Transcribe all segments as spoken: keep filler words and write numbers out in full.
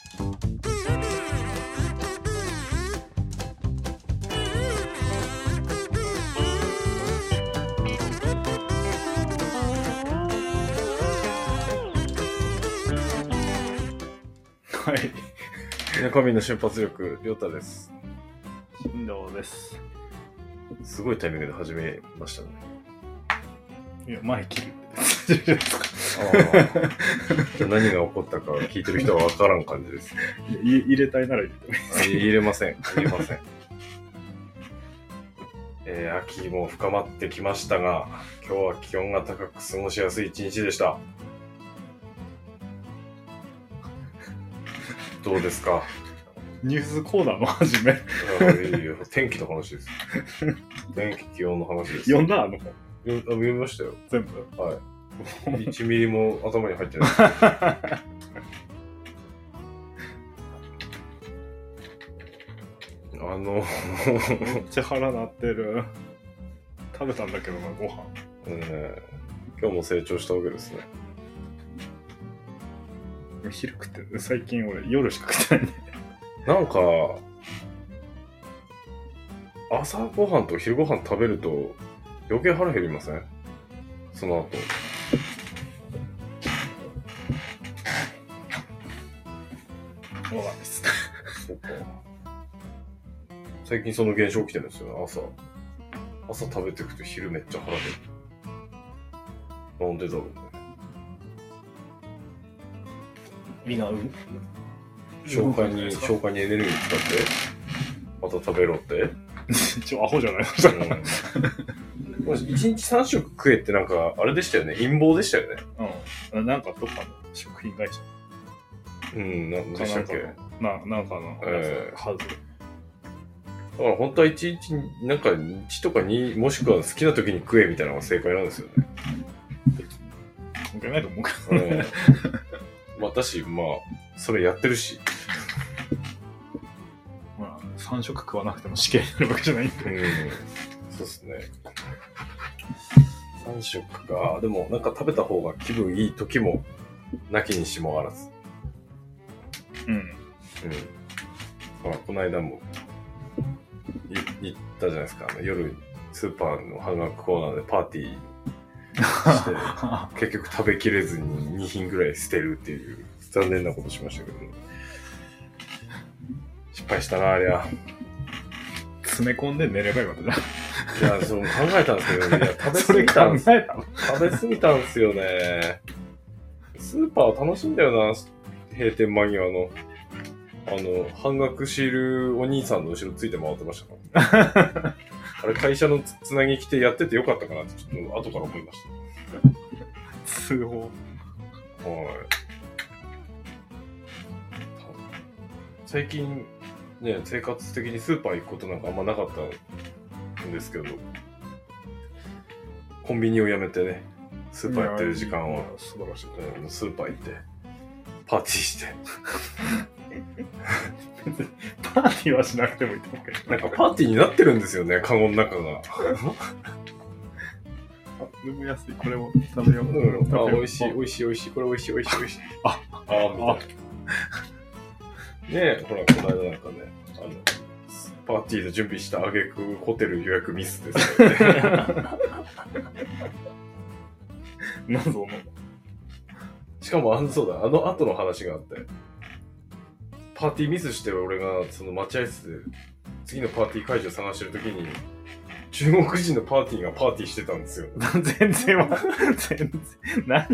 はい。 中身の瞬発力、りょうたです。 新藤です。 すごいタイミングで始めましたね。 いや、前切るって言ってたじゃないですか。じゃあ何が起こったか聞いてる人は分からん感じですね。 入れたいなら入れてもいいですか？ 入れません。入れません。えー、秋も深まってきましたが、今日は気温が高く過ごしやすい一日でした。どうですか？ ニュースコーナーの始め。 いやいや天気の話です。天気気温の話です。 読んだあの本。 読みましたよ。 全部。 はい。いちミリも頭に入ってない。あのめっちゃ腹鳴ってる。食べたんだけどな、ご飯。 ね、今日も成長したわけですね。 昼食ってる。最近俺夜しか食ってないんで。 なんか朝ごはんと昼ごはん食べると余計腹減りません？その後。 わかんないです。 そうか。最近その現象起きてるんですよね。朝朝食べていくと昼めっちゃ腹減る。なんでだろうね。 胃がう消化に消化にエネルギー使ってまた食べろって。 ちょアホじゃないですか。 うん、いちにちさん食食えってなんかあれでしたよね。陰謀でしたよね。 うん。なんかどっかの食品会社。 うん、なんでしたっけ。 ななんかの、えー、はず。 だから本当はいちにちなんかいちとかにもしくは好きな時に食えみたいなのが正解なんですよね。 関係ないと思うけどね。 うん、まあ私まあそれやってるし。 まあさん食食わなくても死刑になるわけじゃないんで。 うん。そうですね。さん食か。でもなんか食べた方が気分いい時もなきにしもあらず。 うん。うん。 まあこの間も言ったじゃないですか。あの夜スーパーの半額コーナーでパーティーして結局食べきれずにに品ぐらい捨てるっていう残念なことしましたけど、ね、失敗したなありゃ。 詰め込んで寝ればよかったじゃん。いやそう考えたんですけど、ね、いや食べ過ぎたんです。食べ過ぎたんですよね。スーパー楽しいんだよな。閉店間際のあの半額シールお兄さんの後ろついて回ってましたからあれ会社の つ, つなぎ来てやっててよかったかなってちょっと後から思いました。 通報。はい。 最近ね生活的にスーパー行くことなんかあんまなかったんですけど、コンビニをやめてねスーパーやってる時間は素晴らしい。 スーパー行ってパーティーしてパーティーはしなくてもいいと思うけど、 なんかパーティーになってるんですよね、カゴの中が。 あ、飲みやすい。これも食べよう。 うん、あ、美味しい、美味しい、美味しい。これ美味しい、美味しい、美味しい。あ、あ、みたいな。ねえ、ほら、この間なんかね、あの、パーティーで準備した挙句ホテル予約ミスですよね。 謎の。 しかも、あの、そうだ、あの後の話があって、パーティーミスして俺がその待合室で次のパーティー会場探してるときに中国人のパーティーがパーティーしてたんですよ。 全然わ全然何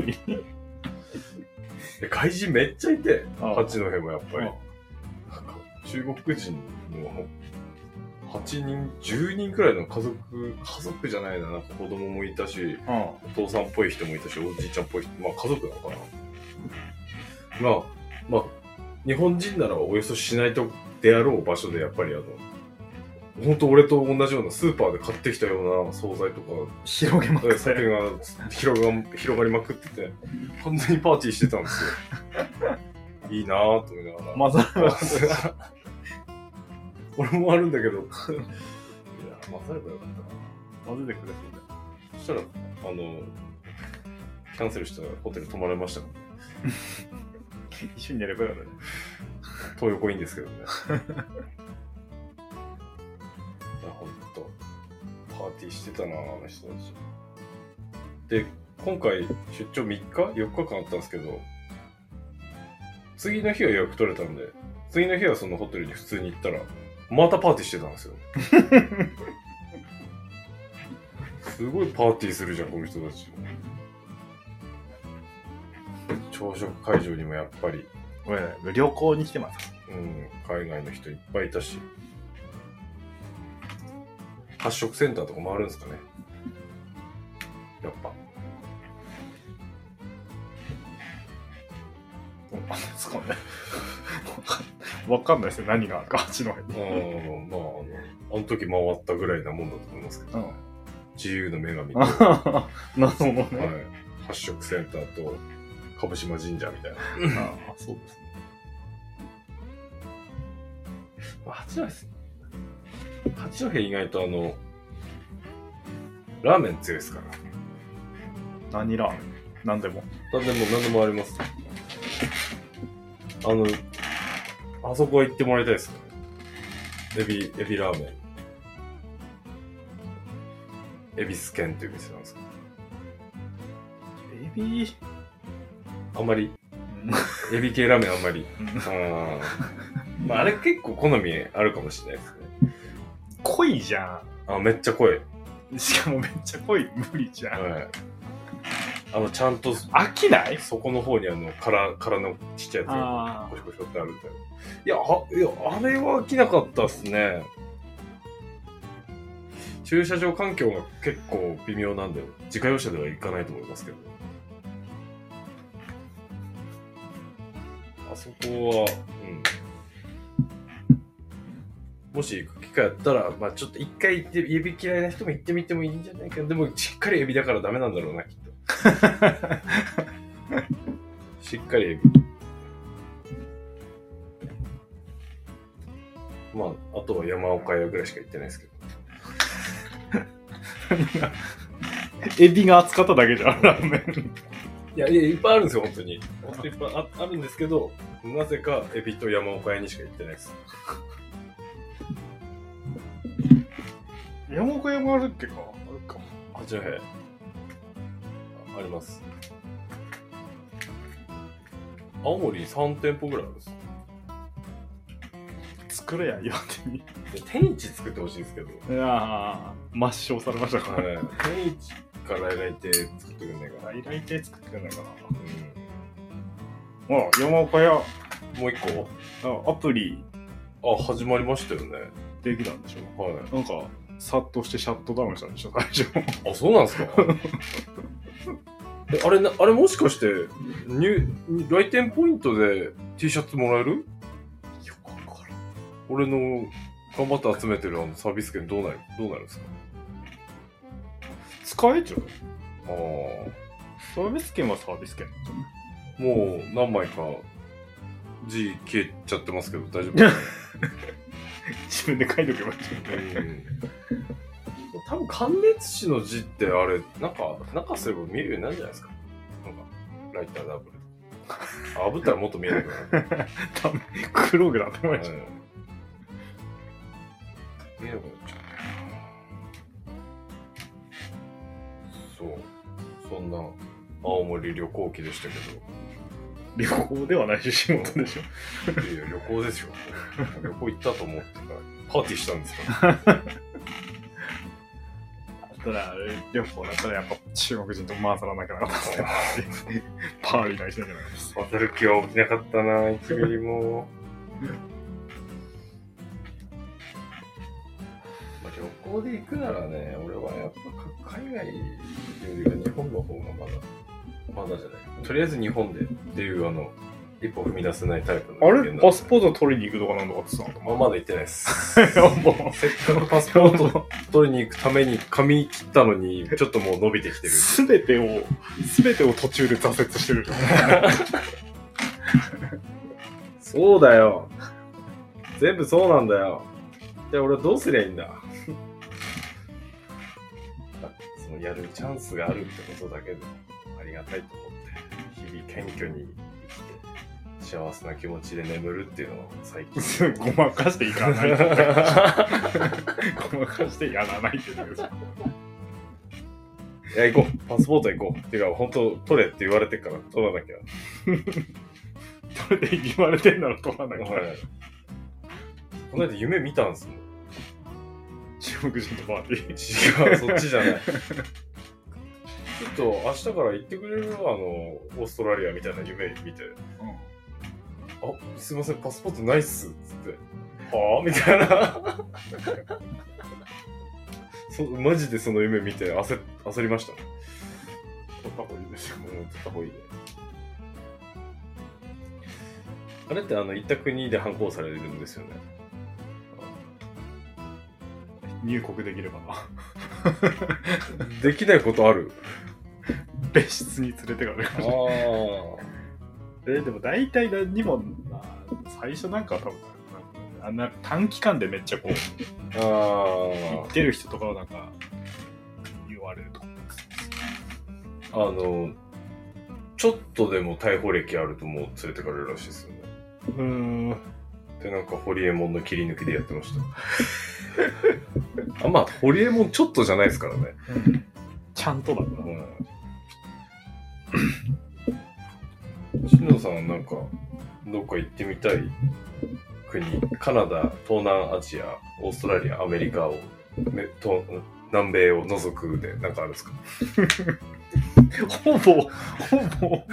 外人めっちゃいて、八戸もやっぱりなんか中国人のはちにんじゅうにんくらいの家族家族じゃないな、なんか子供もいたし、お父さんっぽい人もいたし、おじいちゃんっぽい人、まあ家族なのかな。まあまあ日本人ならおよそしないとであろう場所でやっぱりあの本当俺と同じようなスーパーで買ってきたような惣菜とか広げまくって酒が広が広がりまくってて完全にパーティーしてたんですよ。いいなぁと思いながら。 混ざる俺もあるんだけどいや混ざればよかったな。 混ぜてくれていいんだ。 そしたらあのキャンセルしたらホテル泊まれましたからね。 一緒に寝ればよかったね。 東横いいんですけどね。いや、ほんと、パーティーしてたな、あの人たち。で、今回、出張みっか ?よっかかんあったんですけど、次の日は予約取れたんで、次の日はそのホテルに普通に行ったら、またパーティーしてたんですよ。すごいパーティーするじゃん、この人たち。朝食会場にもやっぱり、 旅行に来てます。 うん、海外の人いっぱいいたし、発食センターとかもあるんですかね。やっぱ。 なんですかね。わかんないですよ、何があるか、八戸に。 ああ、まあ、あの、あの時回ったぐらいなもんだと思いますけど、うん、自由の女神と、 なるほどね。はい、 発食センターと、株島神社みたいな。 ああ、そうですね。 八戸ですね。八戸意外とあの、ラーメン強いですから。 何ラーメン？何でも。 何でも何でもあります。あの、あそこは行ってもらいたいですね。エビ、エビラーメン。エビスケンっていう店なんですか。 エビあんまり、エビ系ラーメンあんまり。あまあ、あれ結構好みあるかもしれないですね。 濃いじゃん。あ、めっちゃ濃い。 しかもめっちゃ濃い。無理じゃん。はい。 あの、ちゃんと、 飽きない？ そこの方にあの、殻、殻のちっちゃいやつが、コシコシってあるみたいな。いや、あ、いや、あれは飽きなかったっすね。駐車場環境が結構微妙なんで、自家用車では行かないと思いますけど。あそこは、うん。もし行く機会あったら、まあちょっと一回行って、エビ嫌いな人も行ってみてもいいんじゃないかな。でも、しっかりエビだからダメなんだろうな、きっと。しっかりエビ。まあ、あとは山岡屋ぐらいしか行ってないですけど。 エビが扱っただけじゃん、ラーメン。 いや、いや、いっぱいあるんですよ、本当に。本当にいっぱい あ, あるんですけど、なぜかエビと山岡屋にしか行ってないです。 山岡屋もあるっけか？あるか。 八戸。あります。青森にさん店舗ぐらいあるんです。 作れや、岩手に。 天一作ってほしいですけど。 いやー、抹消されましたから。 はい、天一か来来亭作ってくんないかな。 来来亭作ってくんないかな。うん。あ、山岡屋。もう一個あ、アプリ。 あ、始まりましたよね。 できたんでしょ。 はい。 なんか、さっとしてシャットダウンしたんでしょ、最初。 あ、そうなんですかえ、あれな、あれもしかして、入、来店ポイントで T シャツもらえる？ よくわからん。 俺の頑張って集めてるあのサービス券どうなる、どうなるんですか？ 使えちゃう？ ああ。 サービス券はサービス券。 もう何枚か字消えちゃってますけど大丈夫ですか？ 自分で書いとけばいいじゃん。 多分関熱紙の字ってあれなんか中すれば見えるようになるんじゃないですか。なんかライターダブルあぶったらもっと見えるかな。 多分黒くなってました。見えなくなっちゃう。そうそんな青森旅行記でしたけど。 旅行ではないし仕事でしょ。 いやいや旅行ですよ。旅行行ったと思ってからパーティーしたんですから。 ただ旅行だったらやっぱ中国人と混ざらなきゃなかったですね。パーリーが一緒じゃないです。 混ざる気は起きなかったな、いつミリも。まあ、旅行で行くならね、俺はやっぱ海外よりは日本の方がまだ、まだじゃない。とりあえず日本でっていうあの、一歩踏み出せないタイプの、 ね。あれパスポート取りに行くとかなんとかってさ、 まあ、まだ行ってないです。せっかくパスポート取りに行くために髪切ったのに、ちょっともう伸びてきてる。 すべてを、すべてを途中で挫折してる。 そうだよ。全部そうなんだよ。じゃあ俺はどうすりゃいいんだ。そのやるチャンスがあるってことだけでありがたいと思って、日々謙虚に生きて、 幸せな気持ちで眠るっていうのを最近ごまかしていかないごまかしてやらないって言うんですよ。 いや、行こう。パスポート行こう。っていうか、本当取れって言われてから取らなきゃ。 取れって言われてんなら取らなきゃ。 はい、この間夢見たんですもん。 中国人とパーティー。違う、そっちじゃない。ちょっと明日から行ってくれるあの、オーストラリアみたいな夢見て。うん、あ、すいません、パスポートないっす。つって。はぁみたいな。そマジでその夢見て 焦, 焦りましたね。 取った方がいいですよ。 もう取った方がいいね。あれってあの行った国で反抗されるんですよね。 入国できればな。 できないことある？ 別室に連れてかれる。ああ。えでも大体何にも最初なんか多分あんな短期間でめっちゃこうあ行ってる人とかはなんか言われると思うんです。 あのちょっとでも逮捕歴あるともう連れてかれるらしいですよね。うーん。でなんかホリエモンの切り抜きでやってました。あまあホリエモンちょっとじゃないですからね。 うん、ちゃんとだから。 うん。しのさんはなんかどっか行ってみたい国、カナダ、東南アジア、オーストラリア、アメリカを、ね、と南米を除くでなんかあるんですか？ ほぼほぼ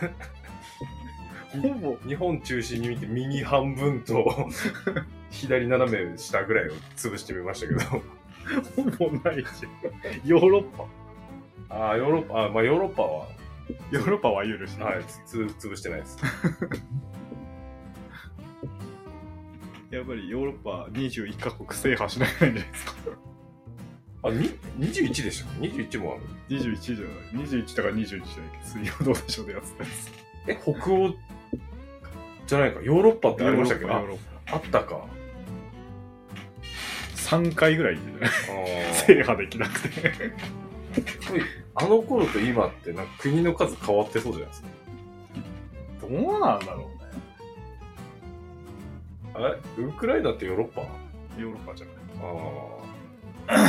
ほぼ日本中心に見て右半分と左斜め下ぐらいを潰してみましたけどほぼないしヨーロッパああヨーロッパあまあヨーロッパはヨーロッパは許してはいつ潰してないですやっぱりヨーロッパにじゅういっカ国制覇しないんじゃないですか。 あ、ににじゅういちでしょ ?にじゅういち もある ? にじゅういちじゃない。にじゅういちだからにじゅういちじゃないけど、水曜どうでしょうでやってたやつ。 え、北欧じゃないか。ヨーロッパってありましたっけど、あったか。 さんかいぐらい行ってない制覇できなくて。 あの頃と今ってなんか国の数変わってそうじゃないですか。 どうなんだろうね。 あれウクライナってヨーロッパ？ ヨーロッパじゃない。 ああ。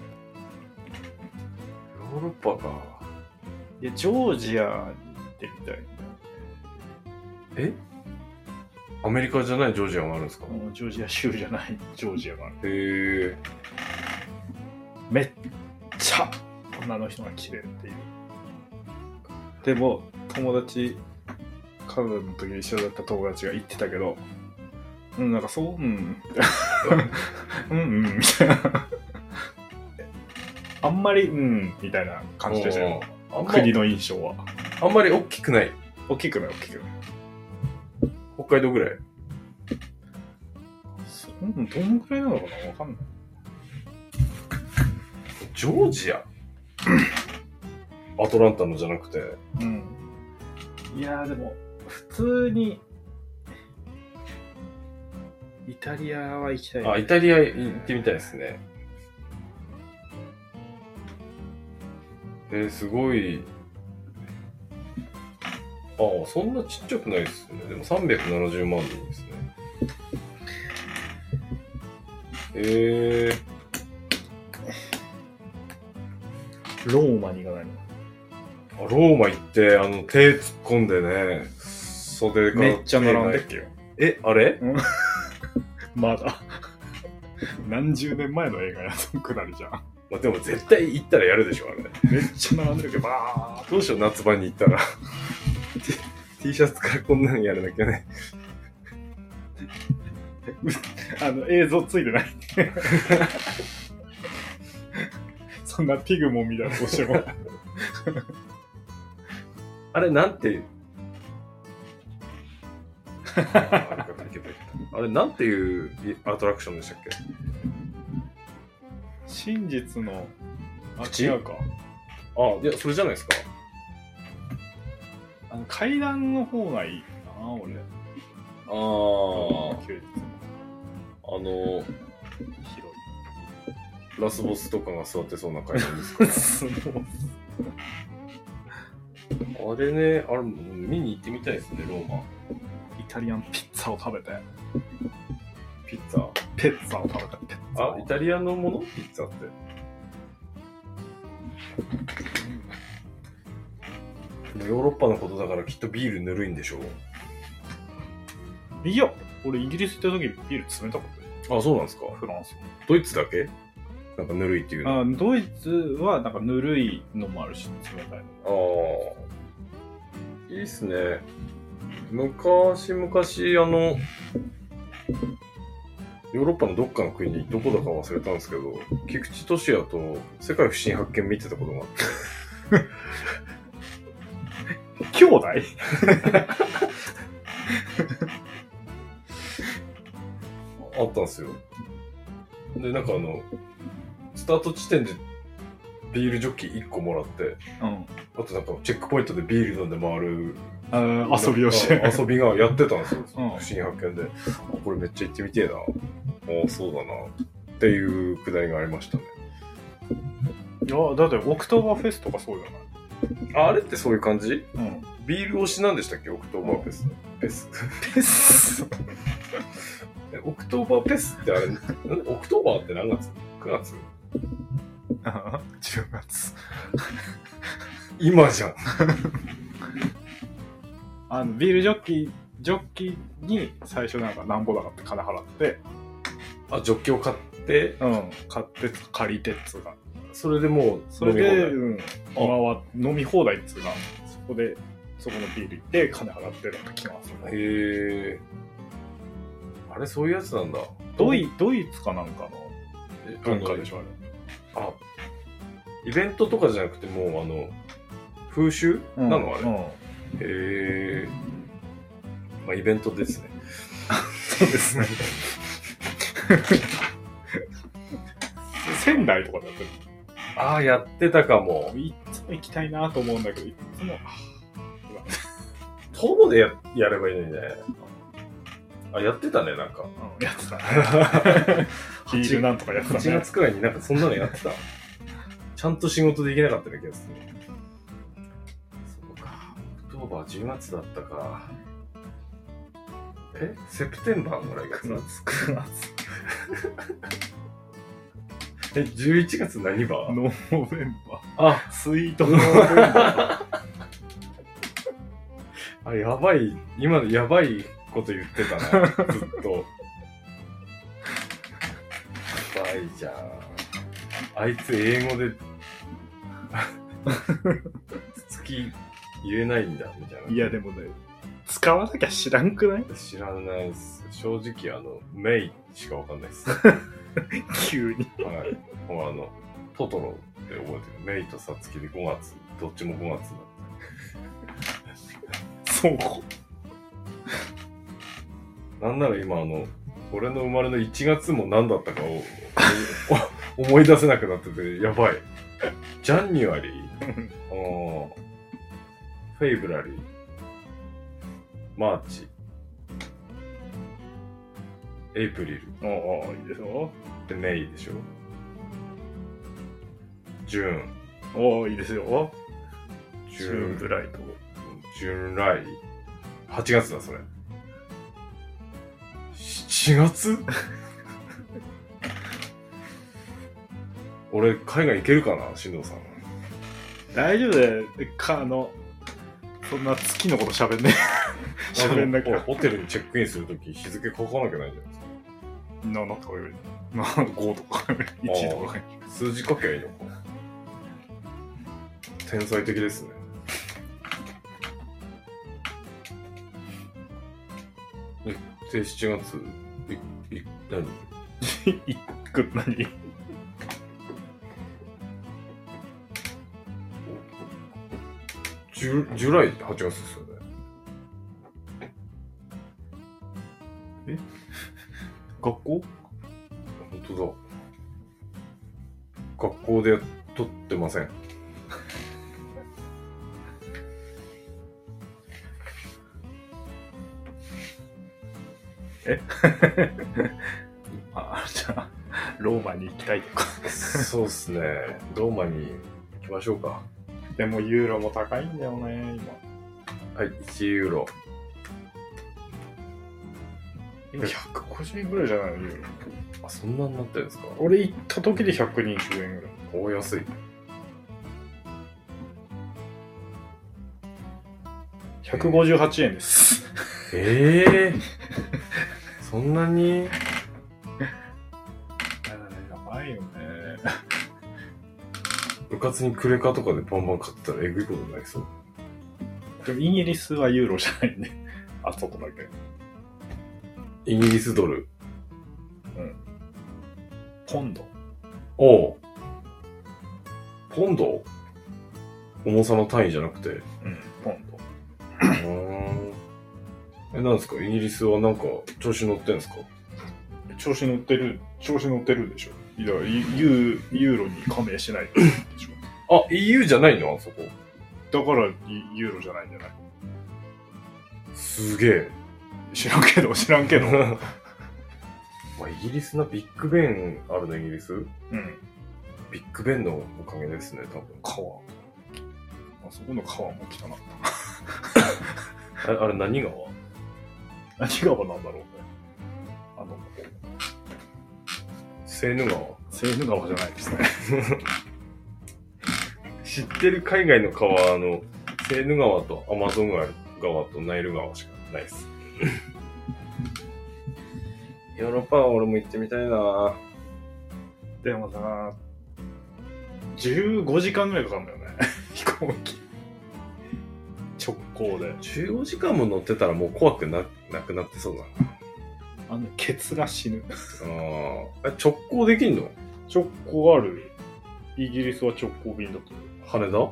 ヨーロッパか。 いや、ジョージアに行ってみたい。 え？アメリカじゃないジョージアがあるんですか？ ジョージア州じゃないジョージアがある。 へえ。 めっちゃ女の人が綺麗っていう。でも、友達、カナダの時に一緒だった友達が言ってたけど、うん、なんかそう、うん、うん、うん、みたいな。あんまり、うん、みたいな感じでしたよ。国の印象は。 あんまり大きくない。 大きくない、大きくない。 北海道ぐらい。 そんどんぐらいなのかなわかんない。 ジョージアアトランタのじゃなくて。 うん。いやーでも、普通に、イタリアは行きたい、ね。 あ、イタリア行ってみたいですね。えー、すごい。ああ、そんなちっちゃくないですね。でもさんびゃくななじゅうまんにんですね。えー、ローマに行かないの？ あ、ローマ行って、あの、手突っ込んでね、袖から。 めっちゃ並んでっけよ。 え、あれ？ うんまだ何十年前の映画やそのくだりじゃん。 まあでも絶対行ったらやるでしょあれ。 めっちゃ並んでるけど、バーどうしよう夏場に行ったらT シャツからこんなのやらなきゃね。 あの映像ついてないそんなピグモンみたいなどうしてもあれなんてああれなんていうアトラクションでしたっけ？ 真実のあ違うか。あいやそれじゃないですか。 あの階段の方がいいな俺。 あああの広いラスボスとかが座ってそうな階段ですか？あれねあれ見に行ってみたいですねローマ。 イタリアンピッツァを食べて、 ピッツァピッツァを食べた。ピッツァあ、イタリアのものピッツァって。でもヨーロッパのことだからきっとビールぬるいんでしょう。 いや、俺イギリス行った時ビール冷たかったよ。 あ、そうなんですか。 フランス。 ドイツだけなんかぬるいっていうの。 あ、ドイツはなんかぬるいのもあるし、冷たいのも。ああ。いいっすね。昔々、あの、ヨーロッパのどっかの国、どこだか忘れたんですけど、菊池俊也と世界不思議発見見てたことがあって。 兄弟あったんですよ。で、なんかあの、スタート地点でビールジョッキいっこもらって、 うん、 あとなんかチェックポイントでビール飲んで回るあ遊びをして遊びがやってたんですよ、 うん、 不思議発見で。あ、これめっちゃ行ってみてえな。あ、そうだなっていうくだりがありましたね。 いや、だってオクトーバーフェスとかそうじゃない。 あ、あれってそういう感じ？ うん。 ビール推しなんでしたっけ、オクトーバーフェス。フェス。 フェスオクトーバーフェスってあれ、オクトーバーって何月？ く 月？ ああ、じゅうがつ。 今じゃん。 あのビールジョッキ、ジョッキに最初なんかなんぼだかって金払って、 あ、ジョッキを買って、 うん、買って借りてっつうか。 それでもうそれで、うん、回飲み放題っつうか、そこで、そこのビール行って金払ってるのが来ますね。 へえ。あれ、そういうやつなんだ。 ドイ、ドイツかなんかの文化でしょ、あれ。 あ、イベントとかじゃなくてもう、あの、風習、うん、なのあれ。うん、へえ。まあ、イベントですね。 そうですね。仙台とかでやってる。 ああ、やってたかも。 いつも行きたいなと思うんだけど、いつも。 友で や, やればいいのにね。あ、やってたね、なんか。 うん、やってたね。ヒールなんとかやってたね。 はちがつくらいになんかそんなのやってた。ちゃんと仕事できなかったような気がする。そうか。オクトーバーじゅうがつだったか。えセプテンバーぐらいがくがつ。くがつ。え、じゅういちがつ何バー？ ノーベンバー。あ、 スイートノーベンバー。 あ、やばい、今のやばいこと言ってたな、ずっと。やばいじゃん。あいつ英語で、月言えないんだ、みたいな。 いや、でもね、使わなきゃ知らんくない？ 知らないです。正直、あの、メイしかわかんないです。 急に。 はい。もうあの、トトロって覚えてる。メイとサツキでごがつ、どっちもごがつだった。 そう。 なんなら今あの、俺の生まれのいちがつも何だったかを思い出せなくなってて、やばい。ジャンニュアリーあフェイブラリーマーチエイプリルああ、いいでしょ。 で、メイでしょ。ジューン。 ああ、いいですよ。 ジジューンブライト。 ジューンライ。はちがつだ、それ。しちがつ俺、海外行けるかな、進藤さん。 大丈夫だよ。か、あの、そんな月のこと喋んねえ。喋んなきゃ。 ホテルにチェックインするとき日付書かなきゃないじゃないですか。 な、なんとか言う。な、ごとか、いちとか。 数字書けばいいのか。天才的ですね。で、しちがつ、い、い、何いく、何ジュ、ジュライはちがつですよね。 え学校？ 本当だ。学校で撮ってません。 えあ、じゃあ、ローマに行きたいとか。 そうっすね。ローマに行きましょうか。 でもユーロも高いんだよね、今。 はい、いちユーロ。 今ひゃくごじゅうえんぐらいじゃないのユーロ。 あ、そんなになってるんですか？ 俺行った時でひゃくにじゅうえんぐらい。 お安い。 ひゃくごじゅうはちえんです。 ええー、そんなに？ やばいよね。 部活にクレカとかでバンバン買ってたらえぐいことになりそう。 でもイギリスはユーロじゃないね。あそこだけ。 イギリスドル。 うん。ポンド。 おう。ポンド？重さの単位じゃなくて。 うん、ポンド。 うーん。え、なんですか？イギリスはなんか調子乗ってんすか？ 調子乗ってる、調子乗ってるでしょ。いや、ユー、ユーロに加盟しないでしょ。あ、イーユー じゃないのあそこ。 だからユーロじゃないんじゃない？ すげえ。 知らんけど、知らんけど。 まあ、イギリスのビッグベンあるのイギリス？うん。ビッグベンのおかげですね、多分。 川。あそこの川も汚かった。 あ, あれ何川？ 何川なんだろうね。あの、 セーヌ川？ セーヌ川じゃないですね。 知ってる海外の川は、あの、セーヌ川とアマゾン川とナイル川しかないです。ヨーロッパは俺も行ってみたいな。 でもさ、じゅうごじかんぐらいかかるんだよね。飛行機。直行で。 じゅうごじかんも乗ってたらもう怖く な, なくなってそうだな。 あの、ケツが死ぬ。 ああ。直行できんの？ 直行ある。イギリスは直行便だと。 羽田？ どこ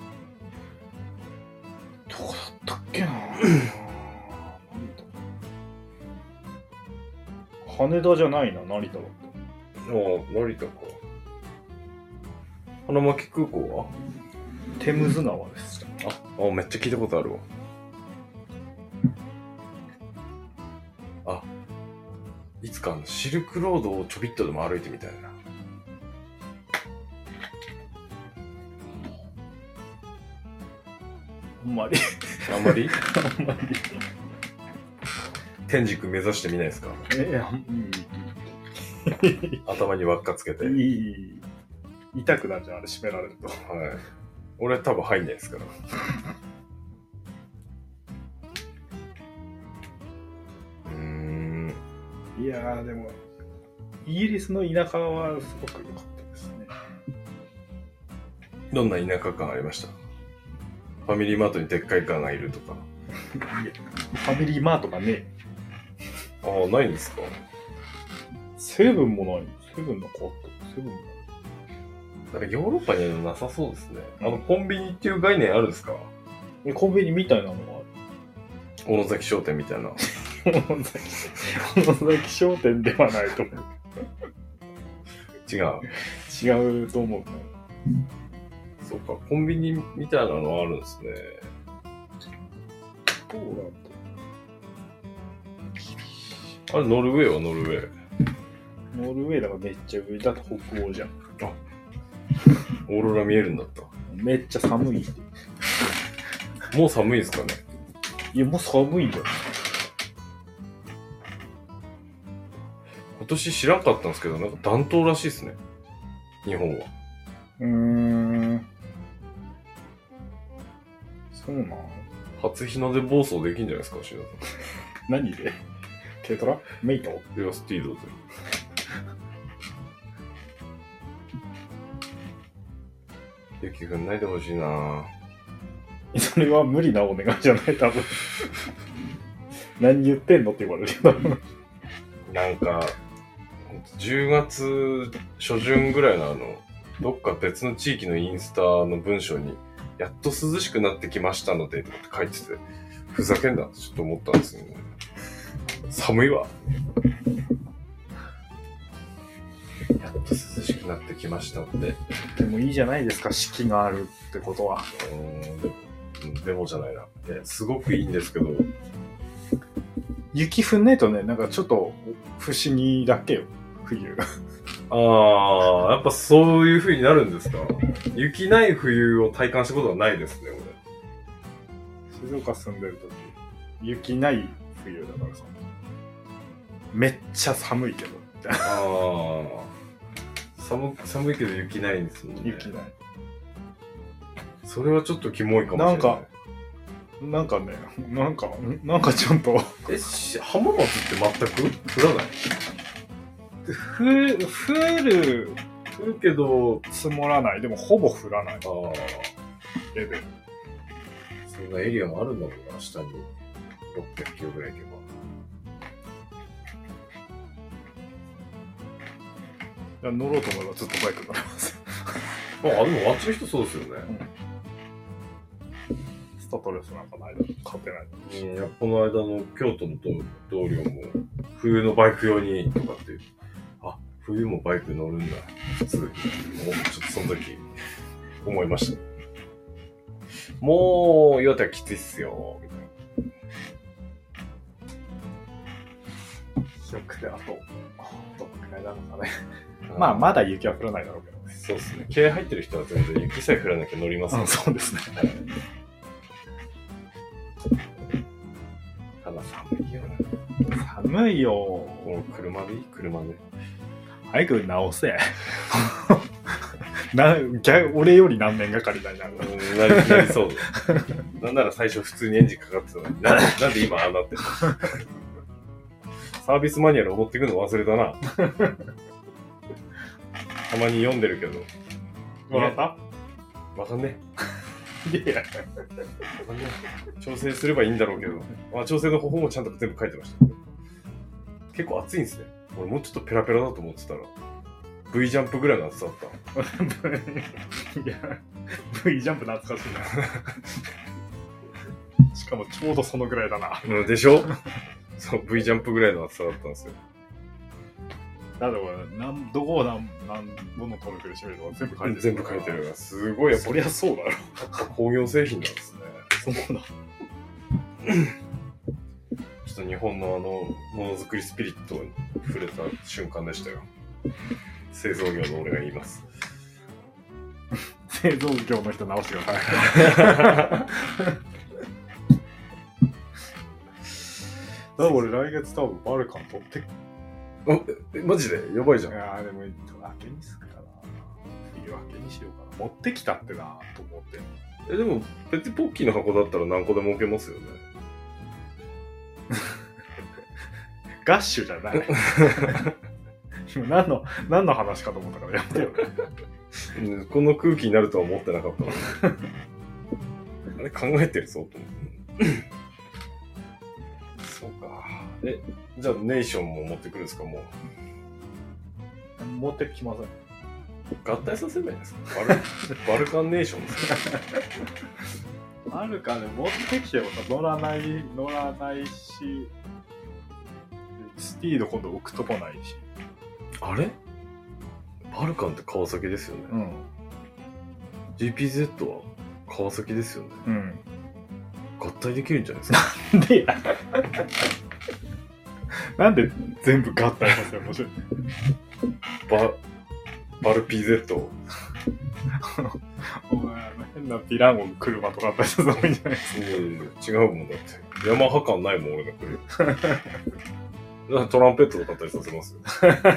だったっけな羽田じゃないな、成田だった。 ああ、成田か。花巻空港は？ テムズ川です。 あ、あ、めっちゃ聞いたことあるわ。あ、いつかあのシルクロードをちょびっとでも歩いてみたいな。 あんまり。 あんまり？ あんまり。 天竺目指してみないですか？ え、いや、 頭に輪っかつけて。 いい。痛くなっちゃう、あれ締められると。 はい。俺多分入んないですから。うーん。 いやー、でも、イギリスの田舎はすごく良かったですね。 どんな田舎感ありました？ファミリーマートにでっかい缶がいるとか。 いや、ファミリーマートがね。 ああ、ないんですか？ セブンもない。セブンの子あった。セブンもない。 なんかヨーロッパにはなさそうですね。あの、コンビニっていう概念あるんですか？ え、コンビニみたいなのがある。 小野崎商店みたいな。 小野崎、小野崎商店ではないと思う。 違う。 違うと思うね。 そうか、コンビニみたいなのあるんですね。 ポーランド。あれ、ノルウェーはノルウェー。 ノルウェーだからめっちゃ上だと北欧じゃん。 あ、オーロラ見えるんだった。 めっちゃ寒いって。 もう寒いですかね？ いや、もう寒いんだよ。 今年知らんかったんですけど、なんか暖冬らしいですね。日本は。 うーん。そうなの？ 初日の出暴走できんじゃないですか、シュ何で？軽トラ？メイト？ いや、スティードで。雪降んないでほしいなぁ。 それは無理なお願いじゃない、多分。何言ってんのって言われるよ。 なんか、じゅうがつ初旬ぐらいのあの、どっか別の地域のインスタの文章に、やっと涼しくなってきましたので、とかって書いてて、ふざけんなってちょっと思ったんですよね。寒いわ。やっと涼しくなってきましたって。 でもいいじゃないですか、四季があるってことは。 うーん、でも、でもじゃないな。すごくいいんですけど。 雪降んねえとね、なんかちょっと不思議だけよ、冬。 ああ、やっぱそういう風になるんですか？雪ない冬を体感したことはないですね、 俺。静岡住んでるとき、雪ない冬だからさ。 めっちゃ寒いけどああ寒寒いけど雪ないんですもんね。 雪ない。 それはちょっとキモいかもしれない。 なんかなんかねなんかなんかちょっとえし浜松って全く降らない？ ふ増える降るけど積もらない。でもほぼ降らないああレベル。 そんなエリアもあるんだろうな。下にろっぴゃくキロぐらい行けば。乗ろうと思えばずっとバイク乗れます。 ば。あ、でもあっちの人そうですよね。 うん、スタッドレスなんかないだろ買ってない。 うん、いやこの間の京都の同僚も冬のバイク用にとかっていうあ冬もバイク乗るんだ普通にもうちょっとその時思いました。もう岩手はきついっすよみたいよくであとどのくらいなのかね。まあまだ雪は降らないだろうけどね。 そうですね。気合入ってる人は全然雪さえ降らなきゃ乗りますね、 うん、そうですね。 ただ寒いよ。 寒いよ。 この車でいい車で。 早く直せ。な俺より何年がかりだになる。 なりなりそうだ。なんなら最初普通にエンジンかかってたのに、な, なんで今ああなってるの。サービスマニュアルを持ってくの忘れたな。たまに読んでるけど。 わかった？わかんねえ。いや、 わかんねえ。調整すればいいんだろうけど、まあ、調整の方法もちゃんと全部書いてました。結構熱いんですね。俺もうちょっとペラペラだと思ってたら、V ジャンプぐらいの厚さだった。 いや、V ジャンプ懐かしいな。しかもちょうどそのぐらいだな。 うん、でしょ？そう、V ジャンプぐらいの厚さだったんですよ。 だからなんどこを何何どのトルクで締めるとか全部書いてる。 全部書いてるから、すごいやっぱ。 そりゃそうだろ。 工業製品なんですね。 そうだ。 ちょっと日本のあのものづくりスピリットに触れた瞬間でしたよ。製造業の俺が言います。 製造業の人直してください。だから俺来月多分バルカン取ってえ、マジでやばいじゃん。 いやーでも明けにするかな。冬明けにしようかな。持ってきたってなと思って。 え、でもペティポッキーの箱だったら何個でも置けますよね。 ガッシュじゃない。今何の何の話かと思ったからやめてよ。 この空気になるとは思ってなかった。あれ考えてるぞと思って。そうか。え、じゃあネーションも持ってくるんですかもう。 持ってきません。 合体させないんですかバルバルカンネーションですか。 バルカンで持ってきてもさ乗らない乗らないし、スピード今度置くとこないし。 あれバルカンって川崎ですよね。 うん。 ジーピーゼット は川崎ですよね。 うん。 合体できるんじゃないですか。 なんでやなんで全部合体させるの？ バ、バル ピーゼットお前変なヴィランを車とか合体させた方がいいんじゃないですか。 違うもんだって。ヤマハ感ないもん俺の車。だからトランペットと合体させますよ。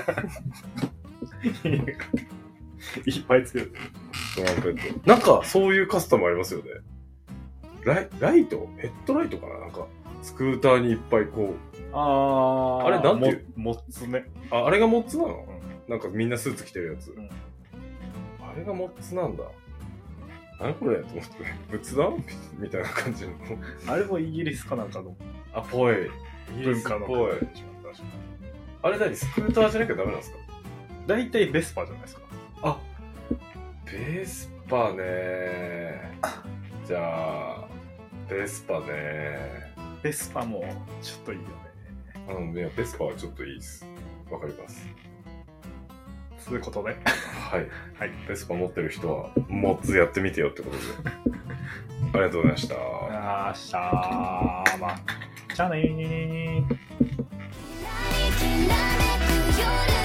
いっぱいつける。 トランペット。なんかそういうカスタムありますよね。ライ、ライトヘッドライトかななんか、スクーターにいっぱいこう。 あー。 あれなんていうモッツね。 あ、あれがモッツなの、 うん、 なんかみんなスーツ着てるやつ。うん、あれがモッツなんだ。何これと思って、仏壇みたいな感じの。 あれもイギリスかなんかの。 あ、ぽい。イギリスっぽい。あれ何スクーターじゃなきゃダメなんですか？ 大体ベスパじゃないですか。 あ、ベスパね。じゃあ、ベスパね。 ベスパもちょっといいよね。 うん、いや、ベスパはちょっといいです。わかります。 そういうことで。 はい。 はい。 ベスパ持ってる人は、モッツやってみてよってことで。ありがとうございました。 あーしたー。まあ、じゃあねー。